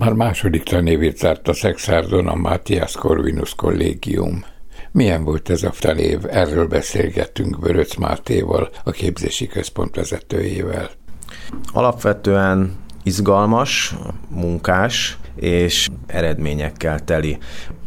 Már második tanévét zárt a Szekszárdon a Matthias Corvinus Kollégium. Milyen volt ez a tanév? Erről beszélgettünk Böröcz Mátéval, a képzési központ vezetőjével. Alapvetően izgalmas, munkás és eredményekkel teli.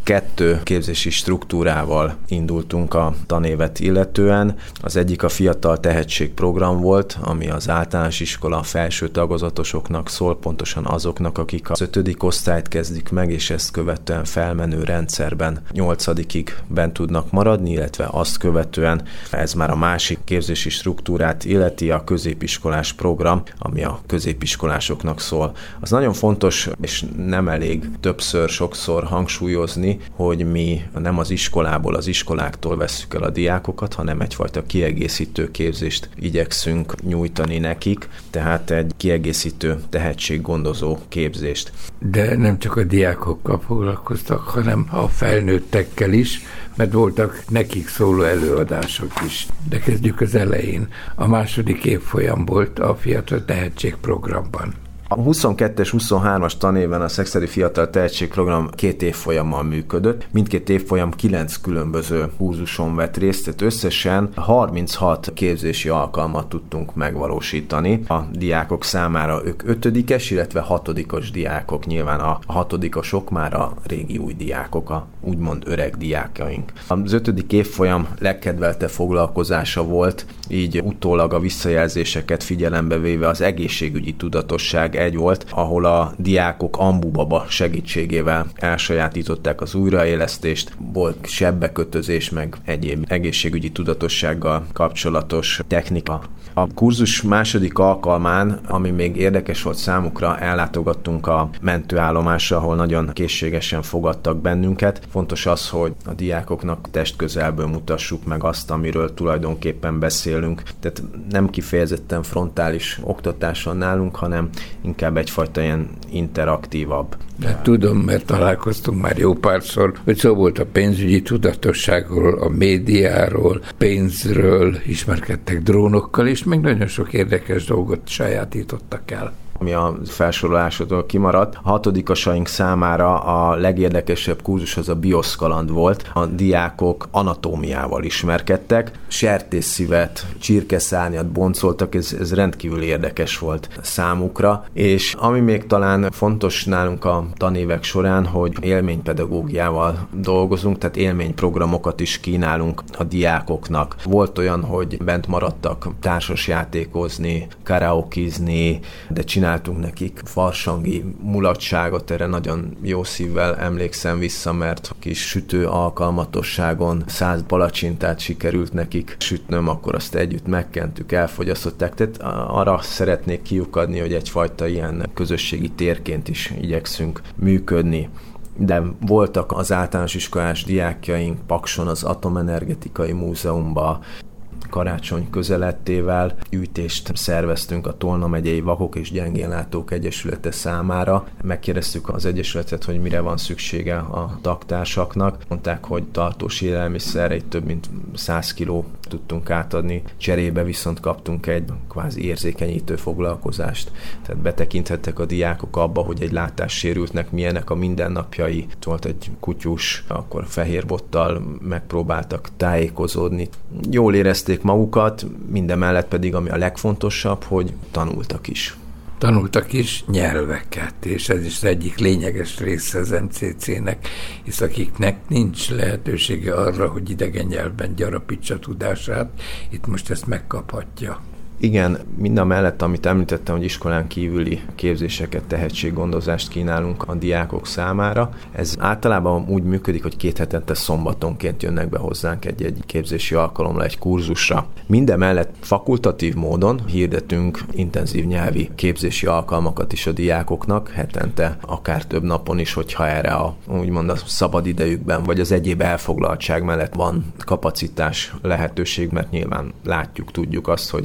2 képzési struktúrával indultunk a tanévet illetően. Az egyik a Fiatal Tehetség program volt, ami az általános iskola felső tagozatosoknak szól, pontosan azoknak, akik az 5. osztályt kezdik meg, és ezt követően felmenő rendszerben 8-ig bent tudnak maradni, illetve azt követően ez már a másik képzési struktúrát illeti, a középiskolás program, ami a középiskolásoknak szól. Az nagyon fontos, és nem elég sokszor hangsúlyozni, hogy mi nem az iskolából, az iskoláktól vesszük el a diákokat, hanem egyfajta kiegészítő képzést igyekszünk nyújtani nekik, tehát egy kiegészítő tehetséggondozó képzést. De nem csak a diákokkal foglalkoztak, hanem a felnőttekkel is, mert voltak nekik szóló előadások is. De kezdjük az elején. A második évfolyam volt a Fiatal Tehetség programban. A 22-es, 23-as tanéven a Szekszárdi Fiatal Tehetségprogram 2 évfolyammal működött. Mindkét évfolyam 9 különböző kurzuson vett részt, tehát összesen 36 képzési alkalmat tudtunk megvalósítani. A diákok számára ők 5-es, illetve 6-os diákok, nyilván a 6-osok már a régi új diákok, a úgymond öreg diákjaink. Az 5. évfolyam legkedvelte foglalkozása volt, így utólag a visszajelzéseket figyelembe véve az egészségügyi tudatosság egy volt, ahol a diákok ambubaba segítségével elsajátították az újraélesztést, volt sebbekötözés, meg egyéb egészségügyi tudatossággal kapcsolatos technika. A kurzus második alkalmán, ami még érdekes volt számukra, ellátogattunk a mentőállomásra, ahol nagyon készségesen fogadtak bennünket. Fontos az, hogy a diákoknak testközelből mutassuk meg azt, amiről tulajdonképpen beszélünk. Tehát nem kifejezetten frontális oktatás van nálunk, hanem inkább egyfajta ilyen interaktívabb. De tudom, mert találkoztunk már jó párszor, hogy szó volt a pénzügyi tudatosságról, a médiáról, pénzről, ismerkedtek drónokkal, és még nagyon sok érdekes dolgot sajátítottak el. Ami a felsorolásodól kimaradt. A 6-osaink számára a legérdekesebb kurzus az a bioszkaland volt. A diákok anatómiával ismerkedtek, sertésszívet, csirkeszárnyat boncoltak, ez rendkívül érdekes volt számukra, és ami még talán fontos nálunk a tanévek során, hogy élménypedagógiával dolgozunk, tehát élményprogramokat is kínálunk a diákoknak. Volt olyan, hogy bent maradtak társasjátékozni, karaokizni, de csináltunk nekik farsangi mulatságot, erre nagyon jó szívvel emlékszem vissza, mert kis sütő alkalmatosságon 100 palacsintát sikerült nekik sütnöm, akkor azt együtt megkentük, elfogyasztották. Tehát arra szeretnék kiukadni, hogy egyfajta ilyen közösségi térként is igyekszünk működni. De voltak az általános iskolás diákjaink Pakson az Atomenergetikai Múzeumban, karácsony közelettével gyűjtést szerveztünk a Tolna megyei Vakok és Gyengénlátók Egyesülete számára. Megkérdeztük az egyesületet, hogy mire van szüksége a tagtársaknak. Mondták, hogy tartós élelmiszerre egy több mint 100 kiló tudtunk átadni. Cserébe viszont kaptunk egy kvázi érzékenyítő foglalkozást. Tehát betekinthettek a diákok abba, hogy egy látássérültnek milyenek a mindennapjai. Volt egy kutyus, akkor fehérbottal megpróbáltak tájékozódni. Jól érezték magukat, mindemellett pedig, ami a legfontosabb, hogy tanultak is. Tanultak is nyelveket, és ez is az egyik lényeges része az MCC-nek, hisz akiknek nincs lehetősége arra, hogy idegen nyelvben gyarapítsa tudását, itt most ezt megkaphatja. Igen, mindamellett, amit említettem, hogy iskolán kívüli képzéseket, tehetséggondozást kínálunk a diákok számára. Ez általában úgy működik, hogy 2 hetente szombatonként jönnek be hozzánk egy képzési alkalomra, egy kurzusra. Mindemellett fakultatív módon hirdetünk intenzív nyelvi képzési alkalmakat is a diákoknak, hetente, akár több napon is, hogyha erre úgymond a szabad idejükben, vagy az egyéb elfoglaltság mellett van kapacitás, lehetőség, mert nyilván látjuk, tudjuk azt, hogy milyen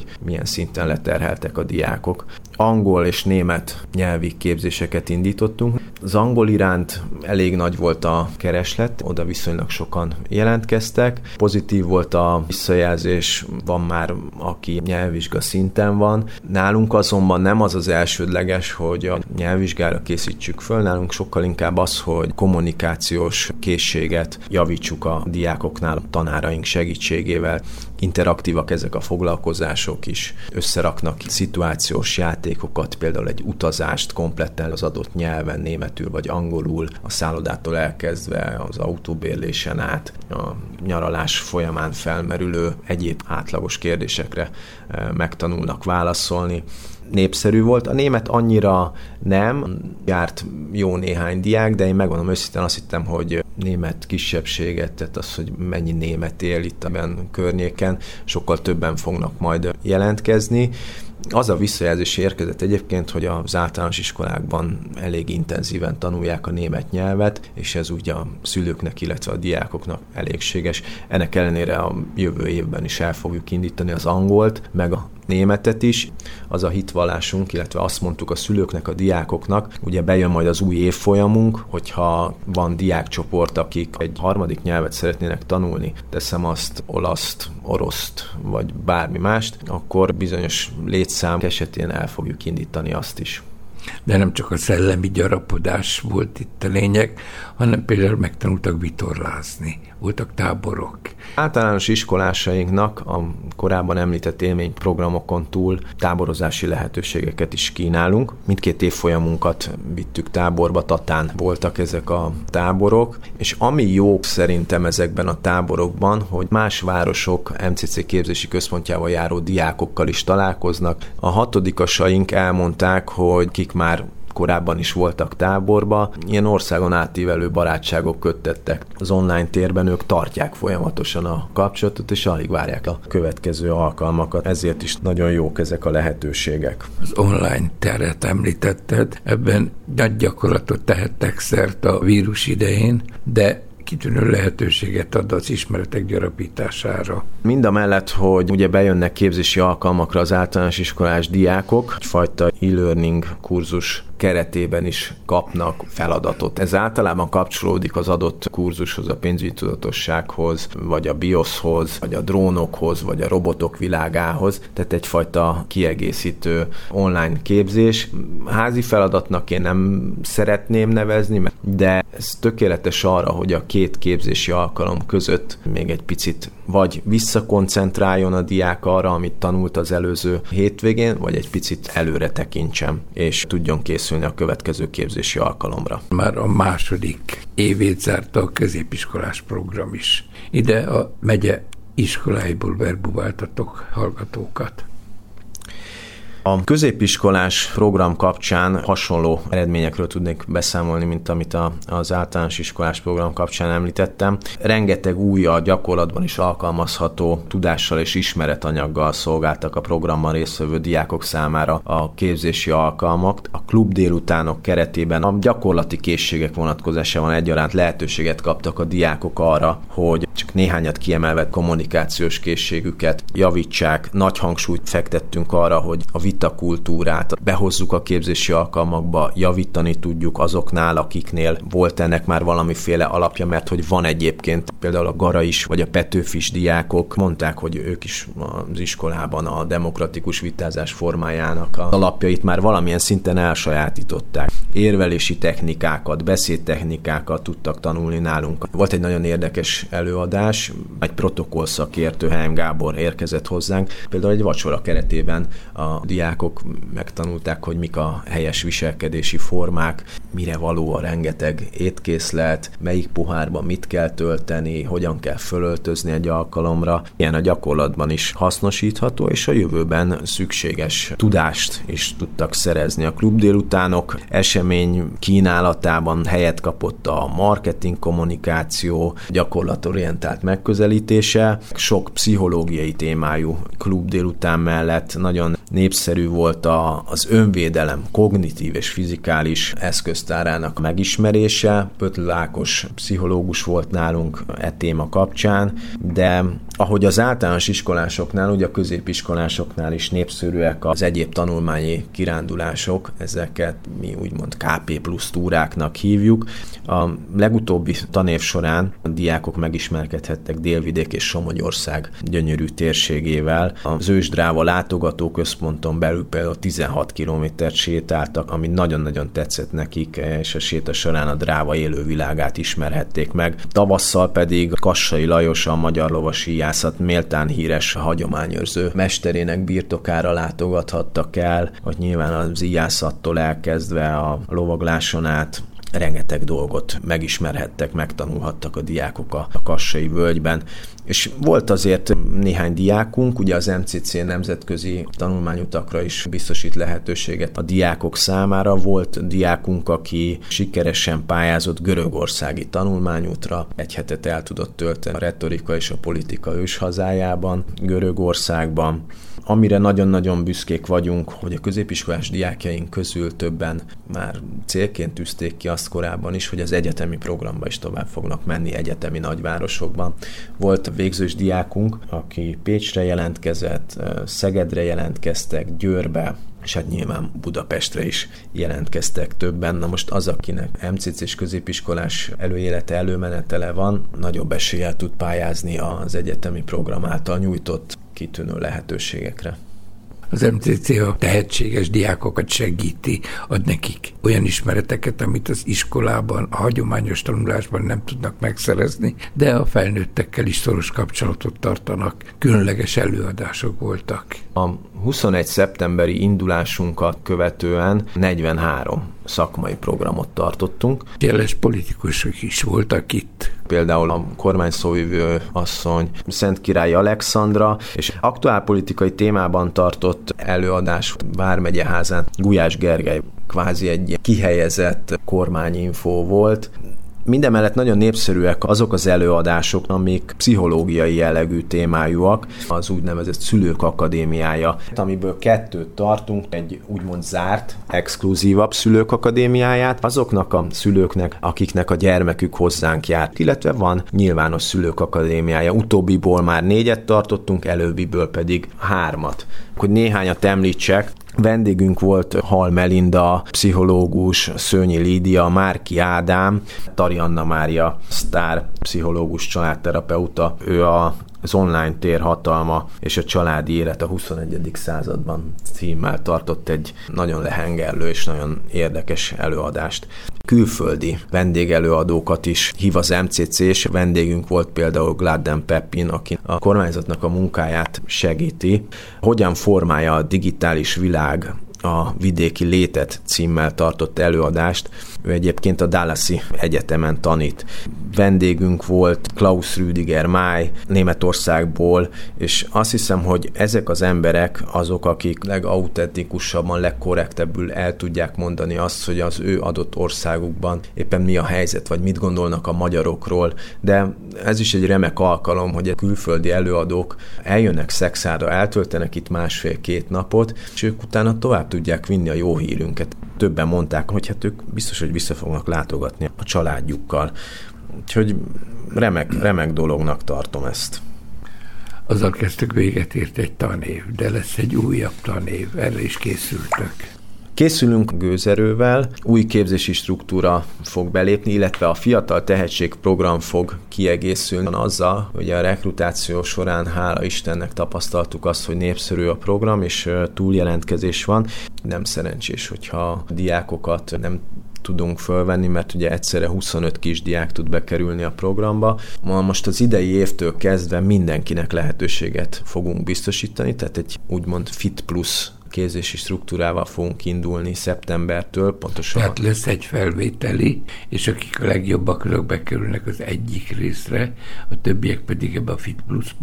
valamilyen szinten leterheltek a diákok. Angol és német nyelvi képzéseket indítottunk. Az angol iránt elég nagy volt a kereslet, oda viszonylag sokan jelentkeztek. Pozitív volt a visszajelzés, van már, aki nyelvvizsga szinten van. Nálunk azonban nem az az elsődleges, hogy a nyelvvizsgára készítsük föl, nálunk sokkal inkább az, hogy kommunikációs készséget javítsuk a diákoknál, a tanáraink segítségével. Interaktívak ezek a foglalkozások is, összeraknak szituációs játékokat, például egy utazást kompletten az adott nyelven, németül vagy angolul, a szállodától elkezdve az autóbérlésen át, a nyaralás folyamán felmerülő egyéb átlagos kérdésekre megtanulnak válaszolni. Népszerű volt. A német annyira nem, járt jó néhány diák, de én megmondom őszintén, azt hittem, hogy német kisebbséget, tehát az, hogy mennyi német él itt ebben környéken, sokkal többen fognak majd jelentkezni. Az a visszajelzés érkezett egyébként, hogy az általános iskolákban elég intenzíven tanulják a német nyelvet, és ez úgy a szülőknek, illetve a diákoknak elégséges. Ennek ellenére a jövő évben is el fogjuk indítani az angolt, meg a németet is. Az a hitvallásunk, illetve azt mondtuk a szülőknek, a diákoknak, ugye bejön majd az új évfolyamunk, hogyha van diákcsoport, akik egy harmadik nyelvet szeretnének tanulni, teszem azt, olaszt, oroszt, vagy bármi mást, akkor bizonyos létszám esetén el fogjuk indítani azt is. De nem csak a szellemi gyarapodás volt itt a lényeg, hanem például megtanultak vitorlázni. Voltak táborok. Általános iskolásainknak a korábban említett élményprogramokon túl táborozási lehetőségeket is kínálunk. Mindkét évfolyamunkat vittük táborba, Tatán voltak ezek a táborok, és ami jó szerintem ezekben a táborokban, hogy más városok MCC képzési központjával járó diákokkal is találkoznak. A hatodikasaink elmondták, hogy kik már korábban is voltak táborba, ilyen országon átívelő barátságok köttettek. Az online térben ők tartják folyamatosan a kapcsolatot, és alig várják a következő alkalmakat. Ezért is nagyon jók ezek a lehetőségek. Az online teret említetted, ebben nagy gyakorlatot tehettek szert a vírus idején, de kitűnő lehetőséget ad az ismeretek gyarapítására. Mindamellett, hogy ugye bejönnek képzési alkalmakra az általános iskolás diákok, egyfajta e-learning kurzus keretében is kapnak feladatot. Ez általában kapcsolódik az adott kurzushoz, a pénzügyi tudatossághoz, vagy a BIOS-hoz, vagy a drónokhoz, vagy a robotok világához, tehát egyfajta kiegészítő online képzés. Házi feladatnak én nem szeretném nevezni, de ez tökéletes arra, hogy a két képzési alkalom között még egy picit vagy visszakoncentráljon a diák arra, amit tanult az előző hétvégén, vagy egy picit előre tekintsen, és tudjon készülni a következő képzési alkalomra. Már a második évét zárta a középiskolás program is. Ide a megye iskoláiból verbuváltatok hallgatókat. A középiskolás program kapcsán hasonló eredményekről tudnék beszámolni, mint amit az általános iskolás program kapcsán említettem. Rengeteg új, a gyakorlatban is alkalmazható tudással és ismeretanyaggal szolgáltak a programban résztvevő diákok számára a képzési alkalmak. A klub délutánok keretében a gyakorlati készségek vonatkozásában egyaránt lehetőséget kaptak a diákok arra, hogy csak néhányat kiemelve kommunikációs készségüket javítsák. Nagy hangsúlyt fektettünk arra, hogy a vitakultúrát behozzuk a képzési alkalmakba, javítani tudjuk azoknál, akiknél volt ennek már valamiféle alapja, mert hogy van egyébként például a Gara is, vagy a Petőfis diákok mondták, hogy ők is az iskolában a demokratikus vitázás formájának az alapjait már valamilyen szinten elsajátították. Érvelési technikákat, beszédtechnikákat tudtak tanulni nálunk. Volt egy nagyon érdekes előadás, egy protokollszakértő, Heim Gábor érkezett hozzánk, például egy vacsora keretében a diákok megtanulták, hogy mik a helyes viselkedési formák, mire való a rengeteg étkészlet, melyik pohárban mit kell tölteni, hogyan kell fölöltözni egy alkalomra. Ilyen a gyakorlatban is hasznosítható, és a jövőben szükséges tudást is tudtak szerezni. A klub délutánok esemény kínálatában helyet kapott a marketing kommunikáció, gyakorlatorientált megközelítése, sok pszichológiai témájú klub délután mellett nagyon népszerű volt az önvédelem kognitív és fizikális eszköztárának megismerése. Pöttl Ákos pszichológus volt nálunk e téma kapcsán, de Ahogy az általános iskolásoknál, ugye a középiskolásoknál is népszerűek az egyéb tanulmányi kirándulások, ezeket mi úgymond KP plusz túráknak hívjuk. A legutóbbi tanév során a diákok megismerkedhettek Délvidék és Somonyország gyönyörű térségével. Az Ősdráva látogatóközponton belül például 16 kilométert sétáltak, ami nagyon-nagyon tetszett nekik, és a séta során a Dráva élővilágát ismerhették meg. Tavasszal pedig Kassai Lajos, a magyar lovasi méltán híres hagyományőrző mesterének birtokára látogathattak el, hogy nyilván az íjászattól elkezdve a lovagláson át rengeteg dolgot megismerhettek, megtanulhattak a diákok a Kassai völgyben. És volt azért néhány diákunk, ugye az MCC nemzetközi tanulmányutakra is biztosít lehetőséget a diákok számára. Volt diákunk, aki sikeresen pályázott görögországi tanulmányútra, egy hetet el tudott tölteni a retorika és a politika őshazájában, Görögországban. Amire nagyon-nagyon büszkék vagyunk, hogy a középiskolás diákjaink közül többen már célként tűzték ki azt korábban is, hogy az egyetemi programba is tovább fognak menni egyetemi nagyvárosokban. Volt végzős diákunk, aki Pécsre jelentkezett, Szegedre jelentkeztek, Győrbe, és hát nyilván Budapestre is jelentkeztek többen. Na most az, akinek MCC-s középiskolás előélete, előmenetele van, nagyobb eséllyel tud pályázni az egyetemi program által nyújtott kitűnő lehetőségekre. Az MCC a tehetséges diákokat segíti, ad nekik olyan ismereteket, amit az iskolában, a hagyományos tanulásban nem tudnak megszerezni, de a felnőttekkel is szoros kapcsolatot tartanak. Különleges előadások voltak. A 21 szeptemberi indulásunkat követően 43 szakmai programot tartottunk. Jeles politikusok is voltak itt. Például a kormányszóvivő asszony Szentkirályi Alexandra, és aktuálpolitikai témában tartott előadás Vármegyeházán Gulyás Gergely, kvázi egy kihelyezett kormányinfó volt. Mindemellett nagyon népszerűek azok az előadások, amik pszichológiai jellegű témájúak, az úgynevezett Szülők Akadémiája, amiből 2 tartunk, egy úgymond zárt, exkluzívabb Szülők Akadémiáját, azoknak a szülőknek, akiknek a gyermekük hozzánk járt, illetve van nyilvános Szülők Akadémiája. Utóbbiból már 4 tartottunk, előbbiből pedig 3. Hogy néhányat említsek, vendégünk volt Hal Melinda, pszichológus, Szőnyi Lídia, Márki Ádám, Tari Anna Mária, sztár pszichológus, családterapeuta. Ő az online tér hatalma és a családi élet a 21. században címmel tartott egy nagyon lehengerlő és nagyon érdekes előadást. Külföldi vendégelőadókat is hív az MCC, és vendégünk volt például Gladden Pepin, aki a kormányzatnak a munkáját segíti. Hogyan formálja a digitális világ a vidéki létet címmel tartott előadást. Ő egyébként a Dallasi Egyetemen tanít. Vendégünk volt Klaus Rüdiger Máj Németországból, és azt hiszem, hogy ezek az emberek azok, akik legauthentikusabban, legkorrektebbül el tudják mondani azt, hogy az ő adott országukban éppen mi a helyzet, vagy mit gondolnak a magyarokról, de ez is egy remek alkalom, hogy a külföldi előadók eljönnek Szexárra, eltöltenek itt 1,5-2 napot, és ők utána tovább tudják vinni a jó hírünket. Többen mondták, hogy hát ők biztos, hogy vissza fognak látogatni a családjukkal. Úgyhogy remek dolognak tartom ezt. Azzal kezdtük, véget ért egy tanév, de lesz egy újabb tanév, erre is készültök. Készülünk gőzerővel, új képzési struktúra fog belépni, illetve a Fiatal Tehetség program fog kiegészülni azzal, hogy a rekrutáció során hála Istennek tapasztaltuk azt, hogy népszerű a program, és túljelentkezés van. Nem szerencsés, hogyha a diákokat nem tudunk fölvenni, mert ugye egyszerre 25 kisdiák tud bekerülni a programba. Most az idei évtől kezdve mindenkinek lehetőséget fogunk biztosítani, tehát egy úgymond Fit Plus képzési struktúrával fogunk indulni szeptembertől, pontosan. Tehát lesz egy felvételi, és akik a legjobbak bekerülnek az egyik részre, a többiek pedig ebbe a Fit Plus-ba.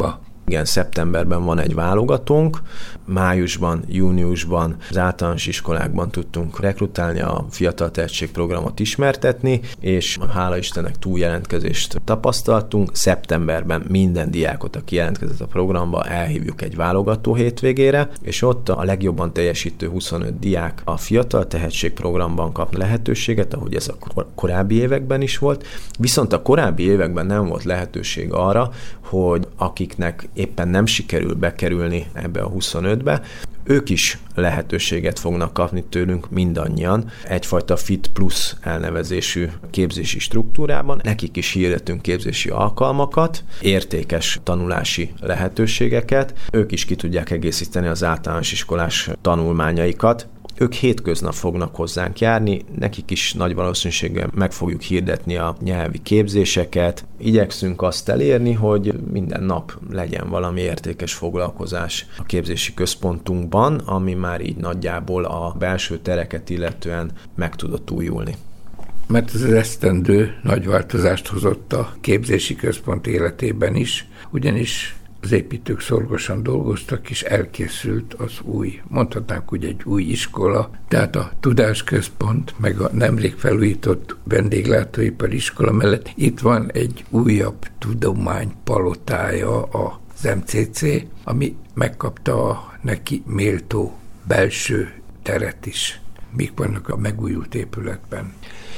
Igen, szeptemberben van egy válogatónk, májusban, júniusban az általános iskolákban tudtunk rekrutálni, a Fiatal Tehetség programot ismertetni, és hála Istennek túljelentkezést tapasztaltunk. Szeptemberben minden diákot, aki jelentkezett a programba, elhívjuk egy válogató hétvégére, és ott a legjobban teljesítő 25 diák a Fiatal Tehetség programban kap lehetőséget, ahogy ez a korábbi években is volt. Viszont a korábbi években nem volt lehetőség arra, hogy akiknek éppen nem sikerül bekerülni ebbe a 25-be, ők is lehetőséget fognak kapni tőlünk mindannyian egyfajta Fit Plus elnevezésű képzési struktúrában. Nekik is hirdetünk képzési alkalmakat, értékes tanulási lehetőségeket, ők is ki tudják egészíteni az általános iskolás tanulmányaikat. Ők hétköznap fognak hozzánk járni, nekik is nagy valószínűséggel meg fogjuk hirdetni a nyelvi képzéseket. Igyekszünk azt elérni, hogy minden nap legyen valami értékes foglalkozás a képzési központunkban, ami már így nagyjából a belső tereket illetően meg tudott újulni. Mert ez az esztendő nagy változást hozott a képzési központ életében is, ugyanis az építők szorgosan dolgoztak, és elkészült az új, mondhatnánk úgy egy új iskola, tehát a Tudásközpont, meg a nemrég felújított vendéglátóipari iskola mellett itt van egy újabb tudománypalotája az MCC, ami megkapta a neki méltó belső teret is. Mik vannak a megújult épületben?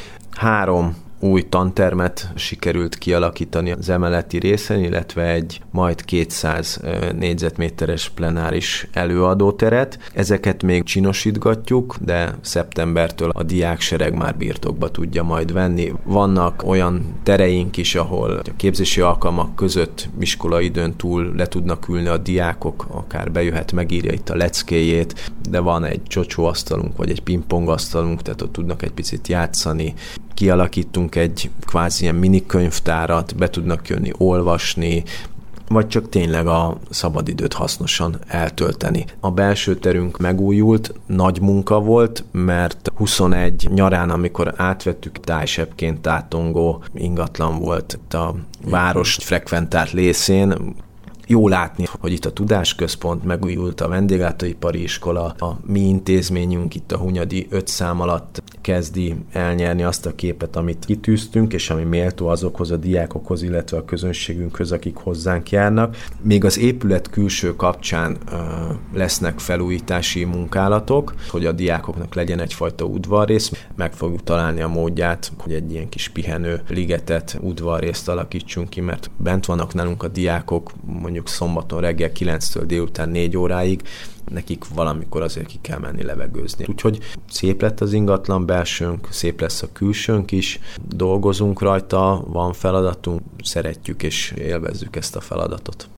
3 új tantermet sikerült kialakítani az emeleti részen, illetve egy majd 200 négyzetméteres plenáris előadóteret. Ezeket még csinosítgatjuk, de szeptembertől a diáksereg már birtokba tudja majd venni. Vannak olyan tereink is, ahol a képzési alkalmak között iskolaidőn túl le tudnak ülni a diákok, akár bejöhet, megírja itt a leckéjét, de van egy csocsóasztalunk, vagy egy pingpongasztalunk, tehát ott tudnak egy picit játszani. Kialakítunk egy kvázi ilyen mini könyvtárat, be tudnak jönni olvasni, vagy csak tényleg a szabadidőt hasznosan eltölteni. A belső terünk megújult, nagy munka volt, mert 21 nyarán, amikor átvettük, tájsebként átongó ingatlan volt a város frekventált részén. Jó látni, hogy itt a Tudásközpont, megújult a vendéglátóipari iskola, a mi intézményünk itt a Hunyadi 5 szám alatt kezdi elnyerni azt a képet, amit kitűztünk, és ami méltó azokhoz a diákokhoz, illetve a közönségünkhöz, akik hozzánk járnak. Még az épület külső kapcsán lesznek felújítási munkálatok, hogy a diákoknak legyen egyfajta udvarrész. Meg fogjuk találni a módját, hogy egy ilyen kis pihenő ligetet, udvarrészt alakítsunk ki, mert bent vannak nálunk a diákok, mondjuk szombaton reggel 9-től délután 4 óráig, nekik valamikor azért ki kell menni levegőzni. Úgyhogy szép lett az ingatlan belsőnk, szép lesz a külsőnk is, dolgozunk rajta, van feladatunk, szeretjük és élvezzük ezt a feladatot.